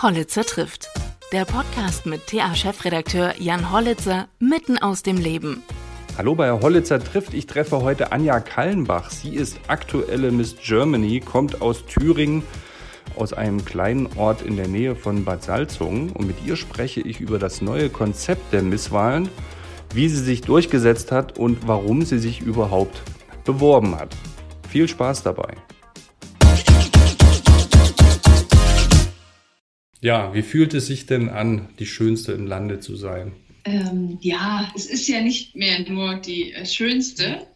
Hollitzer trifft. Der Podcast mit TA-Chefredakteur Jan Hollitzer mitten aus dem Leben. Hallo bei Hollitzer trifft. Ich treffe heute Anja Kallenbach. Sie ist aktuelle Miss Germany, kommt aus Thüringen, aus einem kleinen Ort in der Nähe von Bad Salzungen. Und mit ihr spreche ich über das neue Konzept der Misswahlen, wie sie sich durchgesetzt hat und warum sie sich überhaupt beworben hat. Viel Spaß dabei. Ja, wie fühlt es sich denn an, die Schönste im Lande zu sein? Es ist ja nicht mehr nur die Schönste,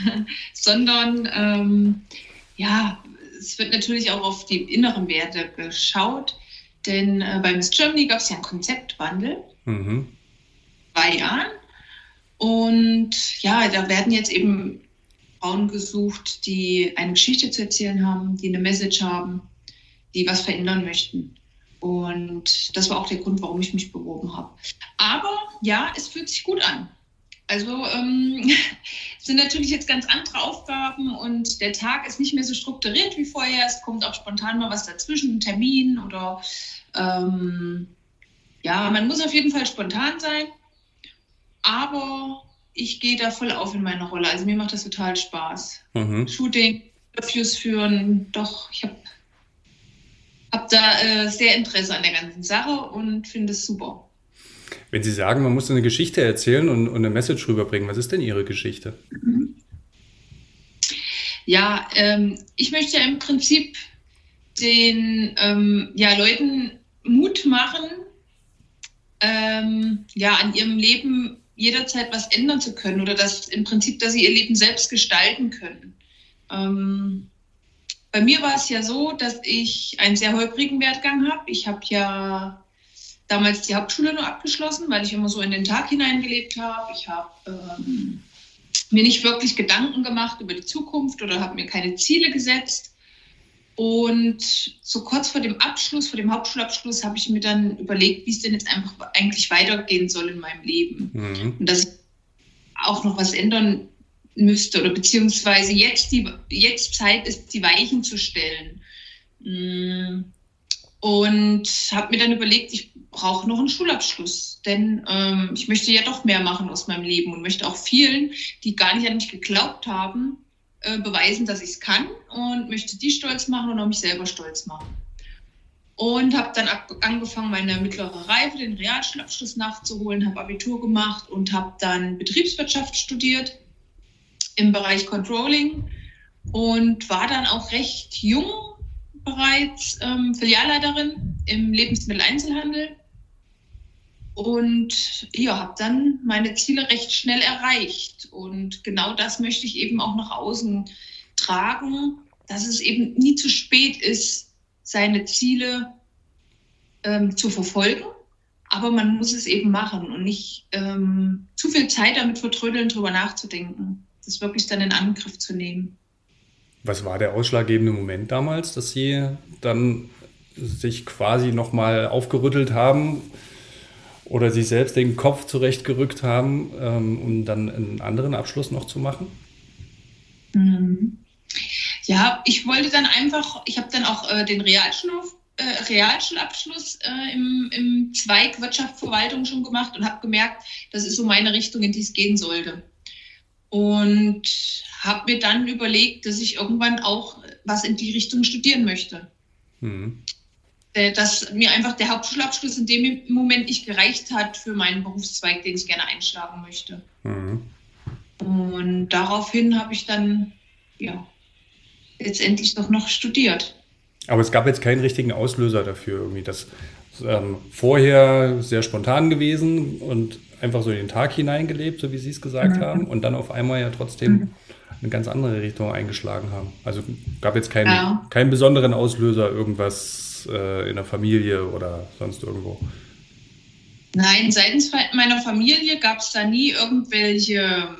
sondern es wird natürlich auch auf die inneren Werte geschaut, denn bei Miss Germany gab es ja einen Konzeptwandel, 2 Jahren. Und ja, da werden jetzt eben Frauen gesucht, die eine Geschichte zu erzählen haben, die eine Message haben, die was verändern möchten. Und das war auch der Grund, warum ich mich beworben habe. Aber ja, es fühlt sich gut an. Also es sind natürlich jetzt ganz andere Aufgaben und der Tag ist nicht mehr so strukturiert wie vorher. Es kommt auch spontan mal was dazwischen, ein Termin oder man muss auf jeden Fall spontan sein. Aber ich gehe da voll auf in meiner Rolle. Also mir macht das total Spaß. Shooting, Interviews führen, doch, ich habe da sehr Interesse an der ganzen Sache und finde es super. Wenn Sie sagen, man muss eine Geschichte erzählen und eine Message rüberbringen, was ist denn Ihre Geschichte? Ja, ich möchte ja im Prinzip den Leuten Mut machen, an ihrem Leben jederzeit was ändern zu können oder dass sie ihr Leben selbst gestalten können. Bei mir war es ja so, dass ich einen sehr holprigen Werdegang habe. Ich habe ja damals die Hauptschule nur abgeschlossen, weil ich immer so in den Tag hineingelebt habe. Ich habe mir nicht wirklich Gedanken gemacht über die Zukunft oder habe mir keine Ziele gesetzt. Und so kurz vor dem Hauptschulabschluss, habe ich mir dann überlegt, wie es denn jetzt eigentlich weitergehen soll in meinem Leben. Und dass ich auch noch was ändern müsste oder beziehungsweise jetzt Zeit ist, die Weichen zu stellen. Und habe mir dann überlegt, ich brauche noch einen Schulabschluss, denn ich möchte ja doch mehr machen aus meinem Leben und möchte auch vielen, die gar nicht an mich geglaubt haben, beweisen, dass ich es kann und möchte die stolz machen und auch mich selber stolz machen. Und habe dann angefangen, meine mittlere Reife, den Realschulabschluss nachzuholen, habe Abitur gemacht und habe dann Betriebswirtschaft studiert im Bereich Controlling und war dann auch recht jung bereits Filialleiterin im Lebensmitteleinzelhandel und habe dann meine Ziele recht schnell erreicht. Und genau das möchte ich eben auch nach außen tragen, dass es eben nie zu spät ist, seine Ziele zu verfolgen. Aber man muss es eben machen und nicht zu viel Zeit damit vertrödeln, drüber nachzudenken. Das wirklich dann in Angriff zu nehmen. Was war der ausschlaggebende Moment damals, dass Sie dann sich quasi nochmal aufgerüttelt haben oder sich selbst den Kopf zurechtgerückt haben, um dann einen anderen Abschluss noch zu machen? Ja, ich wollte dann ich habe dann auch den Realschulabschluss im Zweig Wirtschaftsverwaltung schon gemacht und habe gemerkt, das ist so meine Richtung, in die es gehen sollte. Und habe mir dann überlegt, dass ich irgendwann auch was in die Richtung studieren möchte. Dass mir einfach der Hauptschulabschluss in dem Moment nicht gereicht hat für meinen Berufszweig, den ich gerne einschlagen möchte. Und daraufhin habe ich dann letztendlich doch noch studiert. Aber es gab jetzt keinen richtigen Auslöser dafür irgendwie. Das vorher sehr spontan gewesen und einfach so in den Tag hineingelebt, so wie Sie es gesagt haben, und dann auf einmal ja trotzdem eine ganz andere Richtung eingeschlagen haben. Also gab jetzt keinen besonderen Auslöser, irgendwas in der Familie oder sonst irgendwo. Nein, seitens meiner Familie gab es da nie irgendwelche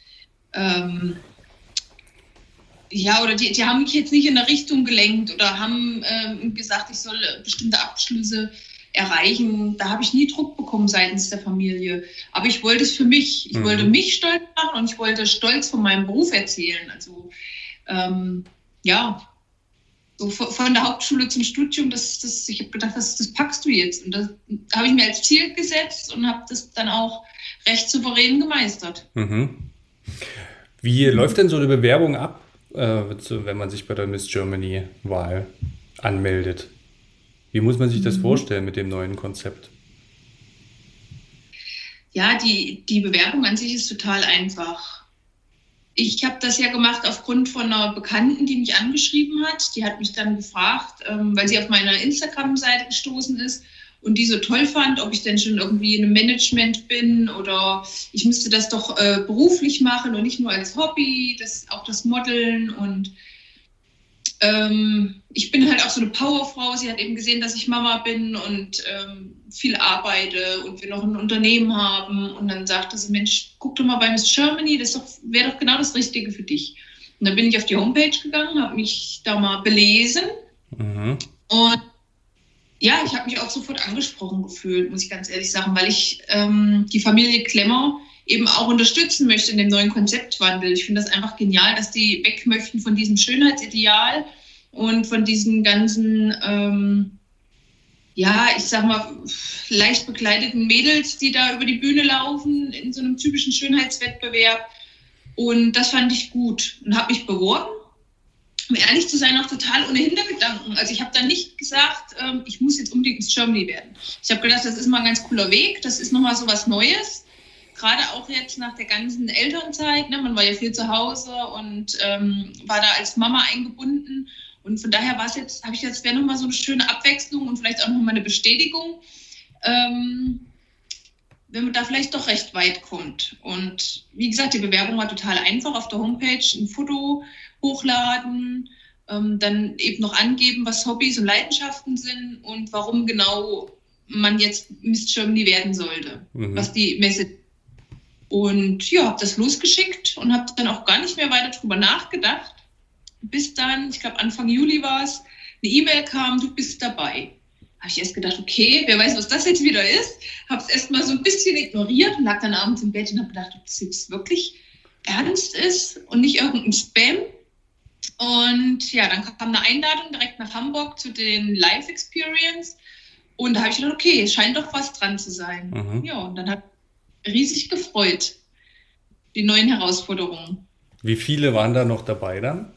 oder die haben mich jetzt nicht in eine Richtung gelenkt oder haben gesagt, ich soll bestimmte Abschlüsse erreichen. Da habe ich nie Druck bekommen seitens der Familie. Aber ich wollte es für mich. Ich wollte mich stolz machen und ich wollte stolz von meinem Beruf erzählen. Also, so so von der Hauptschule zum Studium, ich habe gedacht, das packst du jetzt. Und das habe ich mir als Ziel gesetzt und habe das dann auch recht souverän gemeistert. Wie läuft denn so eine Bewerbung ab, wenn man sich bei der Miss Germany-Wahl anmeldet? Wie muss man sich das vorstellen mit dem neuen Konzept? Ja, die Bewerbung an sich ist total einfach. Ich habe das ja gemacht aufgrund von einer Bekannten, die mich angeschrieben hat. Die hat mich dann gefragt, weil sie auf meiner Instagram-Seite gestoßen ist und die so toll fand, ob ich denn schon irgendwie in einem Management bin oder ich müsste das doch beruflich machen und nicht nur als Hobby, auch das Modeln. Und ich bin halt auch so eine Powerfrau. Sie hat eben gesehen, dass ich Mama bin und viel arbeite und wir noch ein Unternehmen haben. Und dann sagte sie, Mensch, guck doch mal bei Miss Germany, wäre doch genau das Richtige für dich. Und dann bin ich auf die Homepage gegangen, habe mich da mal belesen. Und ja, ich habe mich auch sofort angesprochen gefühlt, muss ich ganz ehrlich sagen, weil ich die Familie Klemmer eben auch unterstützen möchte in dem neuen Konzeptwandel. Ich finde das einfach genial, dass die weg möchten von diesem Schönheitsideal und von diesen ganzen, ich sag mal, leicht bekleideten Mädels, die da über die Bühne laufen in so einem typischen Schönheitswettbewerb. Und das fand ich gut und habe mich beworben. Um ehrlich zu sein, auch total ohne Hintergedanken. Also ich habe dann nicht gesagt, ich muss jetzt unbedingt Miss Germany werden. Ich habe gedacht, das ist mal ein ganz cooler Weg, das ist nochmal so was Neues. Gerade auch jetzt nach der ganzen Elternzeit, ne? Man war ja viel zu Hause und war da als Mama eingebunden. Und von daher habe ich jetzt, wäre nochmal so eine schöne Abwechslung und vielleicht auch nochmal eine Bestätigung, wenn man da vielleicht doch recht weit kommt. Und wie gesagt, die Bewerbung war total einfach auf der Homepage, ein Foto hochladen, dann eben noch angeben, was Hobbys und Leidenschaften sind und warum genau man jetzt Miss Germany werden sollte, was die Messe. Und ja, habe das losgeschickt und habe dann auch gar nicht mehr weiter drüber nachgedacht, bis dann, ich glaube Anfang Juli war es, eine E-Mail kam, du bist dabei. Habe ich erst gedacht, okay, wer weiß, was das jetzt wieder ist. Habe es erst mal so ein bisschen ignoriert und lag dann abends im Bett und habe gedacht, ob das jetzt wirklich ernst ist und nicht irgendein Spam. Und ja, dann kam eine Einladung direkt nach Hamburg zu den Live Experience und da habe ich gedacht, okay, es scheint doch was dran zu sein. Ja, und dann hat riesig gefreut, die neuen Herausforderungen. Wie viele waren da noch dabei dann?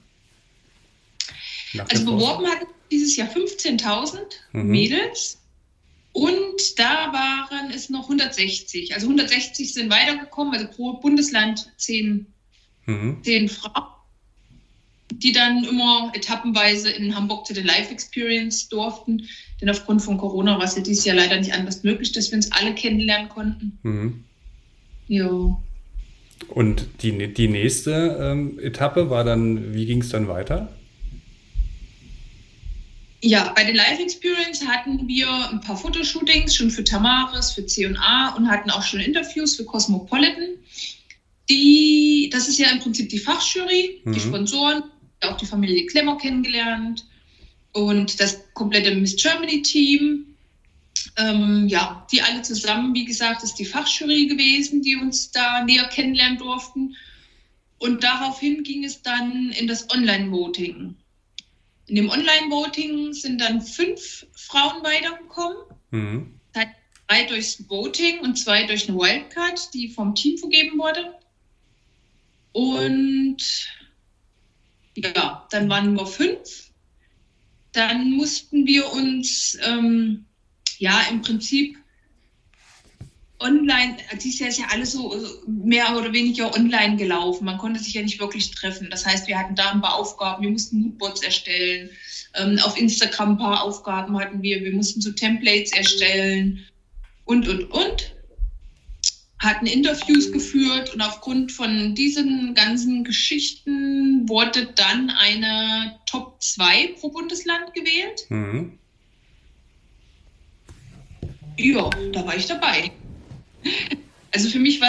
Also beworben hat dieses Jahr 15.000 Mädels und da waren es noch 160. Also 160 sind weitergekommen, also pro Bundesland 10 Frauen, die dann immer etappenweise in Hamburg zu der Live Experience durften. Denn aufgrund von Corona war es ja dieses Jahr leider nicht anders möglich, dass wir uns alle kennenlernen konnten. Jo. Und die nächste Etappe war dann, wie ging es dann weiter? Ja, bei den Live Experience hatten wir ein paar Fotoshootings schon für Tamaris, für C&A und hatten auch schon Interviews für Cosmopolitan. Das ist ja im Prinzip die Fachjury, die Sponsoren, auch die Familie Klemmer kennengelernt und das komplette Miss Germany Team. Die alle zusammen, wie gesagt, ist die Fachjury gewesen, die uns da näher kennenlernen durften. Und daraufhin ging es dann in das Online-Voting. In dem Online-Voting sind dann 5 Frauen weitergekommen. 3 durchs Voting und 2 durch eine Wildcard, die vom Team vergeben wurde. Und ja, dann waren wir 5. Dann mussten wir uns im Prinzip online, dieses Jahr ist ja alles so mehr oder weniger online gelaufen. Man konnte sich ja nicht wirklich treffen. Das heißt, wir hatten da ein paar Aufgaben. Wir mussten Moodboards erstellen. Auf Instagram ein paar Aufgaben hatten wir. Wir mussten so Templates erstellen und. Hatten Interviews geführt und aufgrund von diesen ganzen Geschichten wurde dann eine Top 2 pro Bundesland gewählt. Ja, da war ich dabei. Also für mich war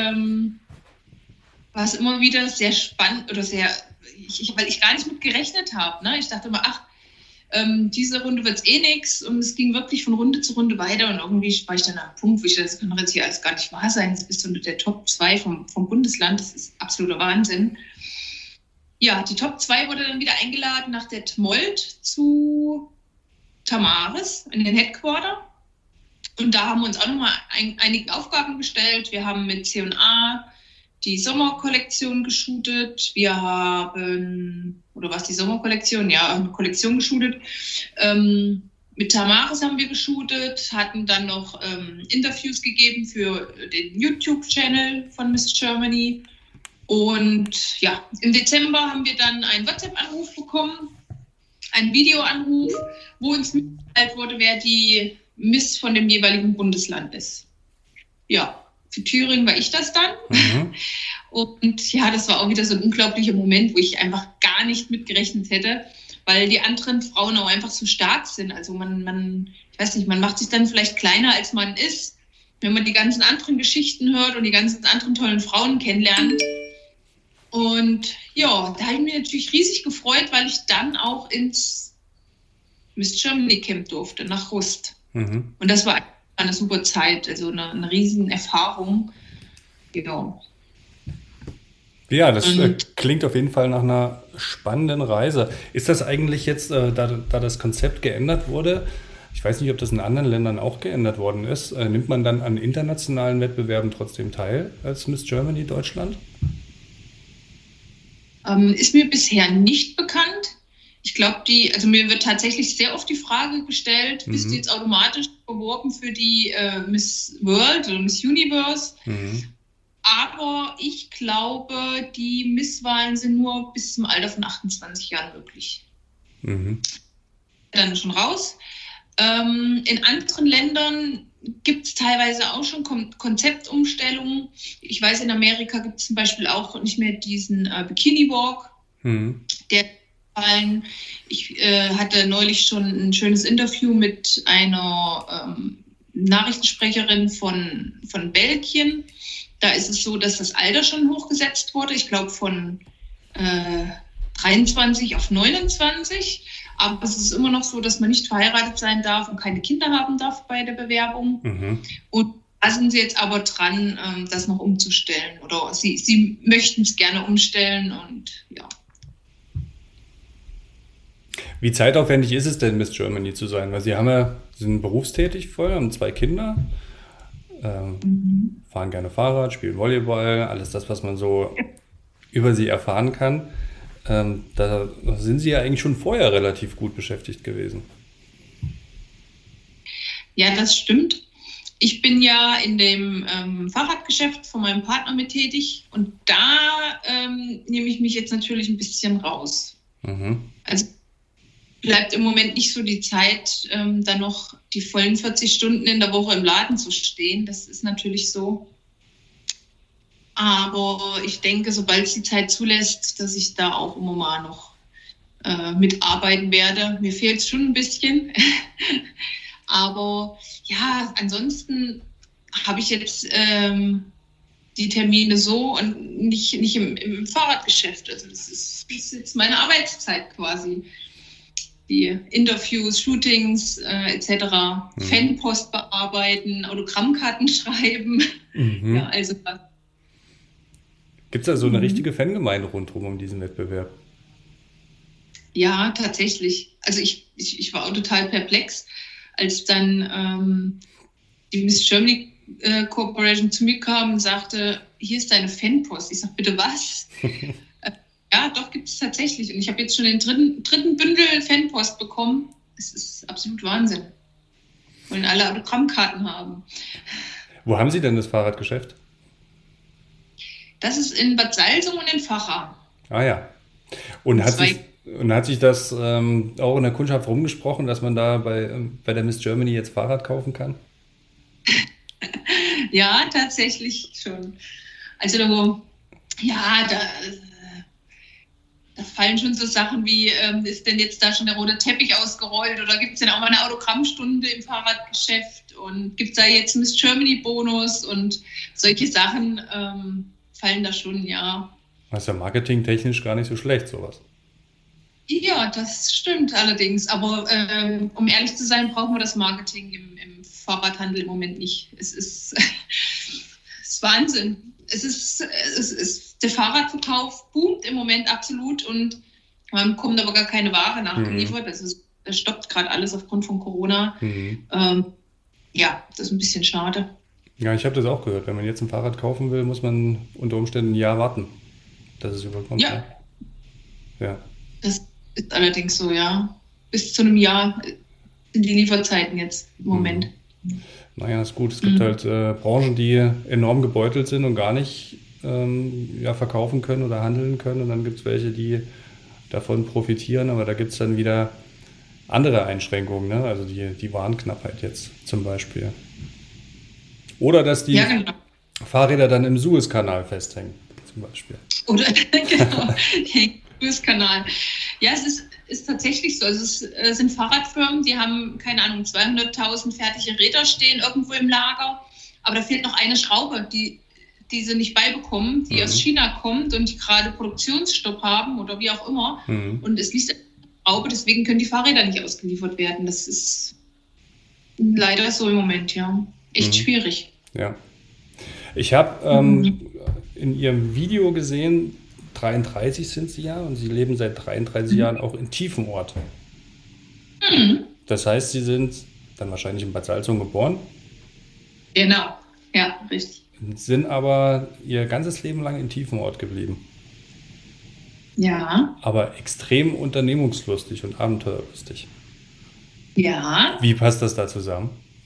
es immer wieder sehr spannend oder weil ich gar nicht mit gerechnet habe. Ne? Ich dachte immer, diese Runde wird es eh nichts und es ging wirklich von Runde zu Runde weiter und irgendwie war ich dann am Punkt, wo ich dachte, das kann jetzt hier alles gar nicht wahr sein. Jetzt bist du unter der Top 2 vom Bundesland, das ist absoluter Wahnsinn. Ja, die Top 2 wurde dann wieder eingeladen nach Detmold zu Tamaris in den Headquarter. Und da haben wir uns auch nochmal einige Aufgaben gestellt. Wir haben mit C&A die Sommerkollektion geshootet. Wir haben, oder was die Sommerkollektion? Ja, eine Kollektion geshootet. Mit Tamaris haben wir geshootet, hatten dann noch Interviews gegeben für den YouTube-Channel von Miss Germany. Und ja, im Dezember haben wir dann einen WhatsApp-Anruf bekommen, einen Videoanruf, wo uns mitgeteilt wurde, wer die Miss von dem jeweiligen Bundesland ist. Ja, für Thüringen war ich das dann. Mhm. Und ja, das war auch wieder so ein unglaublicher Moment, wo ich einfach gar nicht mitgerechnet hätte, weil die anderen Frauen auch einfach so stark sind. Also ich weiß nicht, man macht sich dann vielleicht kleiner, als man ist, wenn man die ganzen anderen Geschichten hört und die ganzen anderen tollen Frauen kennenlernt. Und ja, da habe ich mich natürlich riesig gefreut, weil ich dann auch ins Miss Germany Camp durfte, nach Rust. Mhm. Und das war eine super Zeit, also eine riesen Erfahrung. Genau. Ja, das klingt auf jeden Fall nach einer spannenden Reise. Ist das eigentlich jetzt, da das Konzept geändert wurde, ich weiß nicht, ob das in anderen Ländern auch geändert worden ist, nimmt man dann an internationalen Wettbewerben trotzdem teil als Miss Germany Deutschland? Ist mir bisher nicht bekannt. Ich glaube, also mir wird tatsächlich sehr oft die Frage gestellt, bist du jetzt automatisch beworben für die Miss World oder Miss Universe? Mhm. Aber ich glaube, die Misswahlen sind nur bis zum Alter von 28 Jahren möglich. Mhm. Dann schon raus. In anderen Ländern gibt es teilweise auch schon Konzeptumstellungen. Ich weiß, in Amerika gibt es zum Beispiel auch nicht mehr diesen Bikini Walk, der gefallen. Ich hatte neulich schon ein schönes Interview mit einer Nachrichtensprecherin von Belgien. Da ist es so, dass das Alter schon hochgesetzt wurde. Ich glaube von 23 auf 29. Aber es ist immer noch so, dass man nicht verheiratet sein darf und keine Kinder haben darf bei der Bewerbung. Mhm. Und da sind sie jetzt aber dran, das noch umzustellen. Oder sie möchten es gerne umstellen und ja. Wie zeitaufwendig ist es denn, Miss Germany zu sein? Weil Sie sind berufstätig voll, haben 2 Kinder, fahren gerne Fahrrad, spielen Volleyball, alles das, was man so über Sie erfahren kann. Da sind Sie ja eigentlich schon vorher relativ gut beschäftigt gewesen. Ja, das stimmt. Ich bin ja in dem Fahrradgeschäft von meinem Partner mit tätig und da nehme ich mich jetzt natürlich ein bisschen raus. Mhm. Also bleibt im Moment nicht so die Zeit, dann noch die vollen 40 Stunden in der Woche im Laden zu stehen. Das ist natürlich so. Aber ich denke, sobald es die Zeit zulässt, dass ich da auch immer mal noch mitarbeiten werde. Mir fehlt es schon ein bisschen. Aber ja, ansonsten habe ich jetzt die Termine so und nicht im Fahrradgeschäft. Also das ist jetzt meine Arbeitszeit quasi. Die Interviews, Shootings etc., Fanpost bearbeiten, Autogrammkarten schreiben. Mhm. Ja, also was. Gibt es da so eine richtige Fangemeinde rundherum um diesen Wettbewerb? Ja, tatsächlich. Also ich war auch total perplex, als dann die Miss Germany Corporation zu mir kam und sagte, hier ist deine Fanpost. Ich sage, bitte was? Ja, doch, gibt es tatsächlich. Und ich habe jetzt schon den dritten Bündel Fanpost bekommen. Es ist absolut Wahnsinn. Wollen alle Autogrammkarten haben. Wo haben Sie denn das Fahrradgeschäft? Das ist in Bad Salzung und in Vacha. Ah ja. Und hat sich das auch in der Kundschaft rumgesprochen, dass man da bei der Miss Germany jetzt Fahrrad kaufen kann? Ja, tatsächlich schon. Also ja, da fallen schon so Sachen wie, ist denn jetzt da schon der rote Teppich ausgerollt oder gibt es denn auch mal eine Autogrammstunde im Fahrradgeschäft und gibt es da jetzt einen Miss Germany Bonus und solche Sachen fallen da schon, ja. Das ist ja marketingtechnisch gar nicht so schlecht, sowas. Ja, das stimmt allerdings. Aber um ehrlich zu sein, brauchen wir das Marketing im Fahrradhandel im Moment nicht. Es ist Wahnsinn. Es ist der Fahrradverkauf boomt im Moment absolut und man bekommt aber gar keine Ware nachgeliefert. Also es stoppt gerade alles aufgrund von Corona. Ja, das ist ein bisschen schade. Ja, ich habe das auch gehört. Wenn man jetzt ein Fahrrad kaufen will, muss man unter Umständen ein Jahr warten, dass es überkommt. Ja. Ja. Das ist allerdings so, ja. Bis zu einem Jahr sind die Lieferzeiten jetzt im Moment. Naja, ist gut. Es gibt halt Branchen, die enorm gebeutelt sind und gar nicht verkaufen können oder handeln können. Und dann gibt es welche, die davon profitieren. Aber da gibt es dann wieder andere Einschränkungen, ne? Also die Warenknappheit jetzt zum Beispiel. Oder dass die Fahrräder dann im Suezkanal festhängen, zum Beispiel. Oder, genau, Suezkanal. Ja, es ist tatsächlich so. Also es sind Fahrradfirmen, die haben, keine Ahnung, 200.000 fertige Räder stehen irgendwo im Lager. Aber da fehlt noch eine Schraube, die sie nicht beibekommen, die aus China kommt und die gerade Produktionsstopp haben oder wie auch immer. Und es liegt eine Schraube, deswegen können die Fahrräder nicht ausgeliefert werden. Das ist leider so im Moment, ja. Echt schwierig. Ja. Ich habe in Ihrem Video gesehen, 33 sind Sie ja und Sie leben seit 33 Jahren auch in Tiefenort. Das heißt, Sie sind dann wahrscheinlich in Bad Salzung geboren? Genau, ja, richtig. Sind aber Ihr ganzes Leben lang in Tiefenort geblieben. Ja. Aber extrem unternehmungslustig und abenteuerlustig. Ja. Wie passt das da zusammen?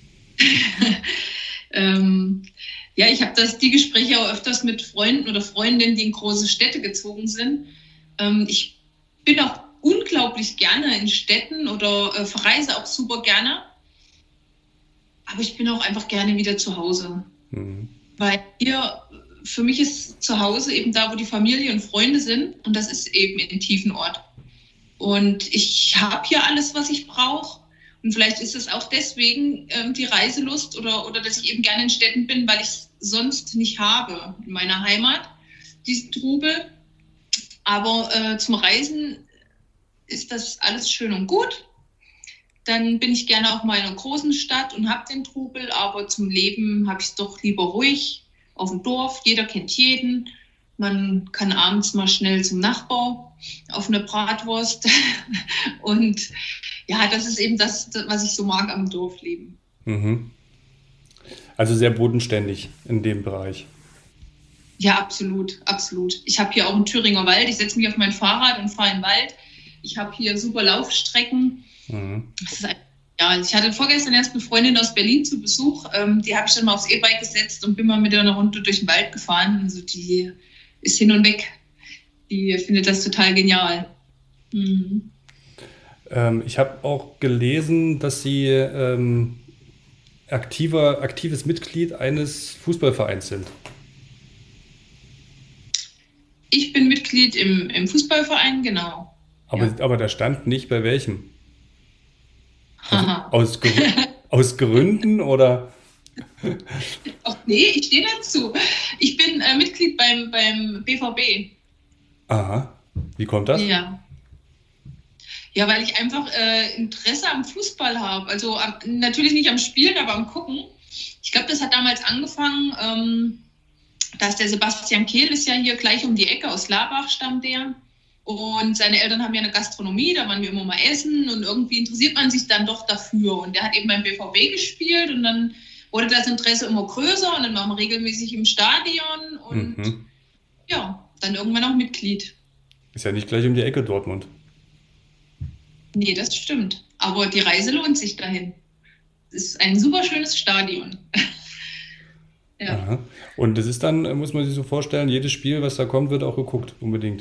Ja, ich habe die Gespräche auch öfters mit Freunden oder Freundinnen, die in große Städte gezogen sind. Ich bin auch unglaublich gerne in Städten oder verreise auch super gerne. Aber ich bin auch einfach gerne wieder zu Hause. Weil für mich ist zu Hause eben da, wo die Familie und Freunde sind. Und das ist eben in Tiefenort. Und ich habe hier alles, was ich brauche. Und vielleicht ist es auch deswegen die Reiselust oder dass ich eben gerne in Städten bin, weil ich es sonst nicht habe in meiner Heimat, diesen Trubel. Aber zum Reisen ist das alles schön und gut. Dann bin ich gerne auch mal in einer großen Stadt und habe den Trubel. Aber zum Leben habe ich es doch lieber ruhig auf dem Dorf. Jeder kennt jeden. Man kann abends mal schnell zum Nachbar auf eine Bratwurst. Und ja, das ist eben das, was ich so mag am Dorfleben. Also sehr bodenständig in dem Bereich. Ja, absolut, absolut. Ich habe hier auch einen Thüringer Wald. Ich setze mich auf mein Fahrrad und fahre in den Wald. Ich habe hier super Laufstrecken. Das ist ich hatte vorgestern erst eine Freundin aus Berlin zu Besuch. Die habe ich dann mal aufs E-Bike gesetzt und bin mal mit ihr eine Runde durch den Wald gefahren. Also die ist hin und weg. Die findet das total genial. Ich habe auch gelesen, dass Sie aktives Mitglied eines Fußballvereins sind. Ich bin Mitglied im Fußballverein, genau. Aber da stand nicht bei welchem. Aus Gründen oder? Ach nee, ich stehe dazu. Ich bin Mitglied beim BVB. Aha. Wie kommt das? Ja, weil ich einfach Interesse am Fußball habe. Also natürlich nicht am Spielen, aber am Gucken. Ich glaube, das hat damals angefangen, dass der Sebastian Kehl ist ja hier gleich um die Ecke, aus Labach stammt der. Und seine Eltern haben ja eine Gastronomie, da waren wir immer mal essen und irgendwie interessiert man sich dann doch dafür. Und der hat eben beim BVB gespielt und dann wurde das Interesse immer größer und dann waren wir regelmäßig im Stadion und dann irgendwann auch Mitglied. Ist ja nicht gleich um die Ecke Dortmund. Nee, das stimmt. Aber die Reise lohnt sich dahin. Es ist ein super schönes Stadion. Ja. Aha. Und das ist dann, muss man sich so vorstellen, jedes Spiel, was da kommt, wird auch geguckt, unbedingt.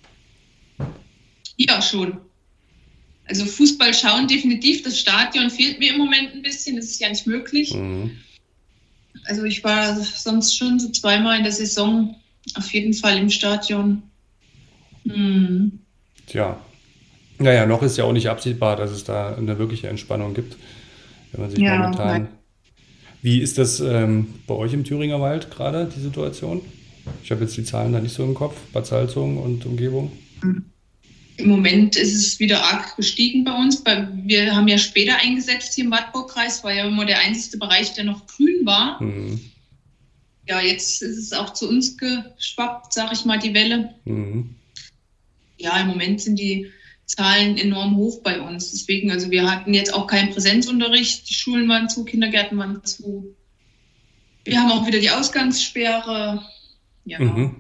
Ja, schon. Also Fußball schauen definitiv. Das Stadion fehlt mir im Moment ein bisschen. Das ist ja nicht möglich. Also ich war sonst schon so zweimal in der Saison auf jeden Fall im Stadion. Tja. Naja, noch ist ja auch nicht absehbar, dass es da eine wirkliche Entspannung gibt. Wenn man sich momentan... Nein. Wie ist das bei euch im Thüringer Wald gerade, die Situation? Ich habe jetzt die Zahlen da nicht so im Kopf. Bad Salzung und Umgebung. Im Moment ist es wieder arg gestiegen bei uns. Wir haben ja später eingesetzt hier im Wartburgkreis, war ja immer der einzige Bereich, der noch grün war. ja, jetzt ist es auch zu uns geschwappt, sag ich mal, die Welle. Ja, im Moment sind die Zahlen enorm hoch bei uns. Deswegen, also wir hatten jetzt auch keinen Präsenzunterricht. Die Schulen waren zu, Kindergärten waren zu. Wir haben auch wieder die Ausgangssperre. Ja.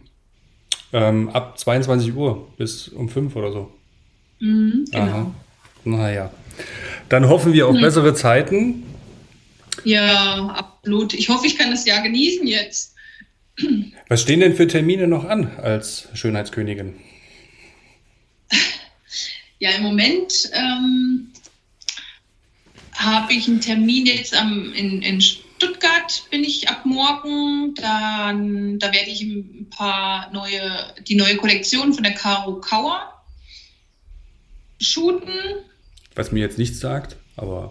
Ab 22 Uhr bis um 5 oder so. Genau. Aha. Naja. Dann hoffen wir auf bessere Zeiten. Ja, absolut. Ich hoffe, ich kann das Jahr genießen jetzt. Was stehen denn für Termine noch an als Schönheitskönigin? Ja, im Moment habe ich einen Termin jetzt in Stuttgart, bin ich ab morgen. Da werde ich die neue Kollektion von der Caro Kauer shooten. Was mir jetzt nichts sagt, aber...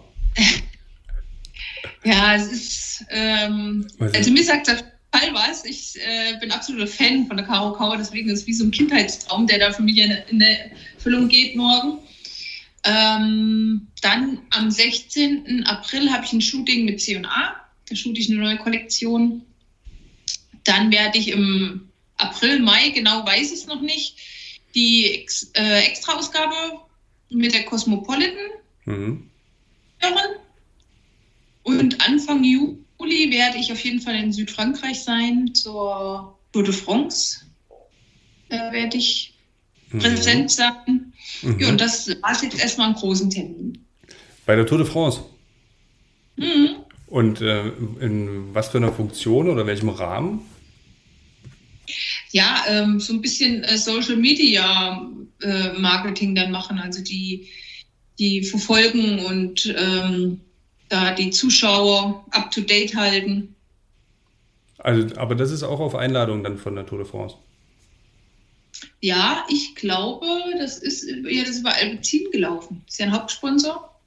Ja, es ist... also mir sagt das Fall was. Ich bin absoluter Fan von der Caro Kauer, deswegen ist es wie so ein Kindheitstraum, der da für mich in der Erfüllung geht morgen. Dann am 16. April habe ich ein Shooting mit C&A. Da shoote ich eine neue Kollektion. Dann werde ich im April, Mai, genau weiß ich es noch nicht, die Extra-Ausgabe mit der Cosmopolitan hören. Und Anfang Juli werde ich auf jeden Fall in Südfrankreich sein zur Tour de France. Da werde ich präsent sein. Ja, und das war jetzt erstmal einen großen Termin. Bei der Tour de France? Und in was für einer Funktion oder welchem Rahmen? Ja, so ein bisschen Social Media Marketing dann machen, also die verfolgen und da die Zuschauer up to date halten. Also, aber das ist auch auf Einladung dann von der Tour de France? Ja, ich glaube, das ist über Alpecin gelaufen. Das ist ja ein Hauptsponsor.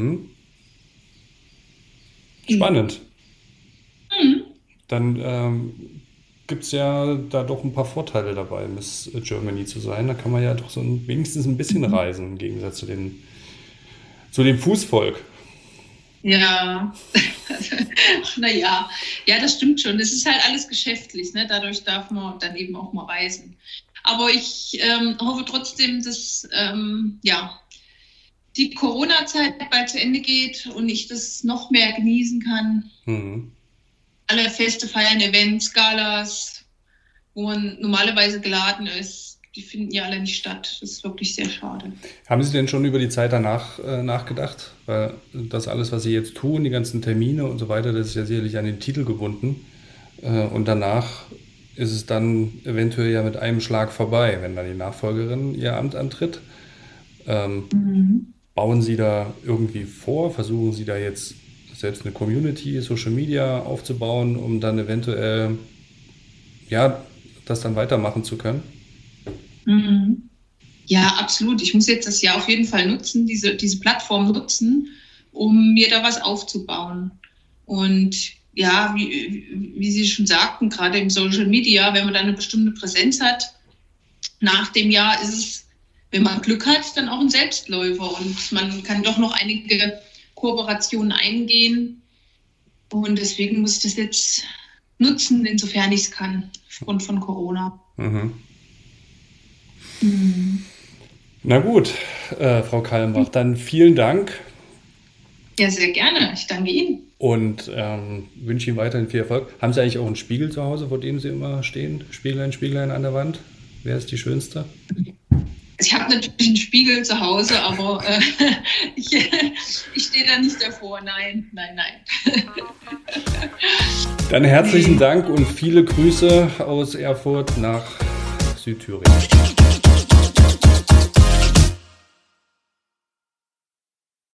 Spannend. Dann gibt es ja da doch ein paar Vorteile dabei, Miss Germany zu sein. Da kann man ja doch wenigstens ein bisschen reisen, im Gegensatz zu dem Fußvolk. Ja, naja, ja, das stimmt schon. Das ist halt alles geschäftlich, ne? Dadurch darf man dann eben auch mal reisen. Aber ich hoffe trotzdem, dass die Corona-Zeit bald zu Ende geht und ich das noch mehr genießen kann. Alle Feste, Feiern, Events, Galas, wo man normalerweise geladen ist, die finden ja alle nicht statt. Das ist wirklich sehr schade. Haben Sie denn schon über die Zeit danach nachgedacht? Weil das alles, was Sie jetzt tun, die ganzen Termine und so weiter, das ist ja sicherlich an den Titel gebunden. Und danach ist es dann eventuell ja mit einem Schlag vorbei, wenn dann die Nachfolgerin ihr Amt antritt. Bauen Sie da irgendwie vor? Versuchen Sie da jetzt selbst eine Community, Social Media aufzubauen, um dann eventuell das dann weitermachen zu können? Ja, absolut. Ich muss jetzt das Jahr auf jeden Fall nutzen, diese Plattform nutzen, um mir da was aufzubauen. Und ja, wie Sie schon sagten, gerade im Social Media, wenn man da eine bestimmte Präsenz hat, nach dem Jahr ist es, wenn man Glück hat, dann auch ein Selbstläufer. Und man kann doch noch einige Kooperationen eingehen. Und deswegen muss ich das jetzt nutzen, insofern ich es kann, aufgrund von Corona. Na gut, Frau Kallenbach, dann vielen Dank. Ja, sehr gerne. Ich danke Ihnen. Und wünsche Ihnen weiterhin viel Erfolg. Haben Sie eigentlich auch einen Spiegel zu Hause, vor dem Sie immer stehen? Spieglein an der Wand? Wer ist die Schönste? Ich habe natürlich einen Spiegel zu Hause, aber ich stehe da nicht davor. Nein. Dann herzlichen Dank und viele Grüße aus Erfurt nach Südthüringen.